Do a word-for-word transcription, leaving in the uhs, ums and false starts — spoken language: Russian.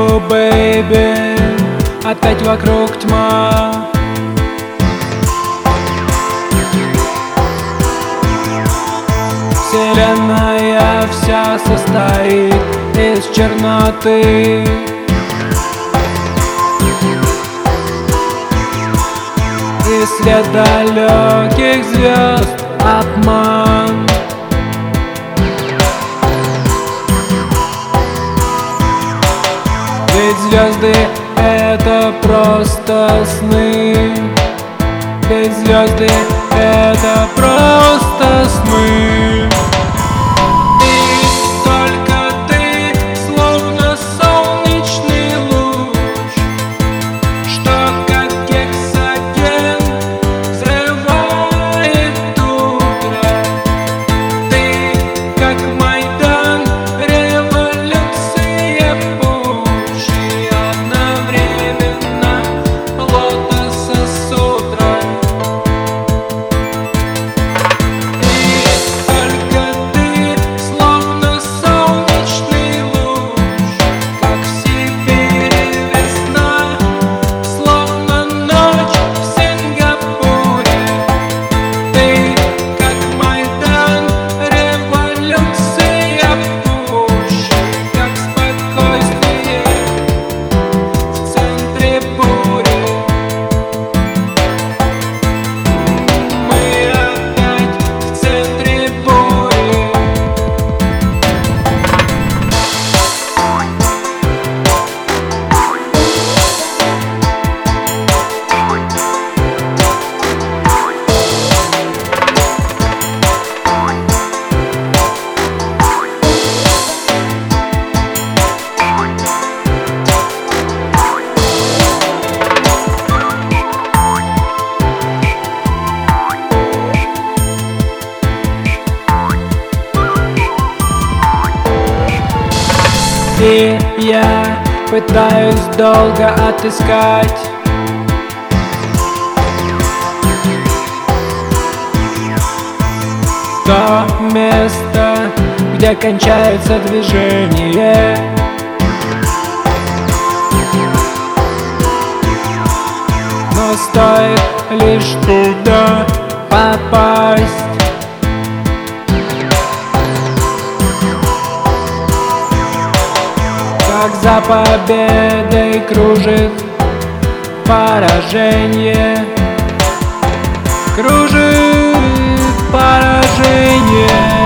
you, baby. Опять вокруг тьма. Вселенная вся состоит из черноты. И свет далеких звезд — обман. Ведь звезды — это просто сны. Ведь звезды — это просто сны. И только ты, словно солнечный луч, что как гексоген взрывает утро. Ты, как Майдан, революция пуч, и одновременно лотоса с утра. И только ты, словно солнечный луч, как в Сибири весна, словно ночь в Сингапуре. Ты, как Майдан, революция пуч, как спокойствие в центре бури. Мы опять в центре бури. И я пытаюсь долго отыскать то место, где кончается движение. Но стоит лишь туда попасть, как за победой кружит поражение. Кружит поражение.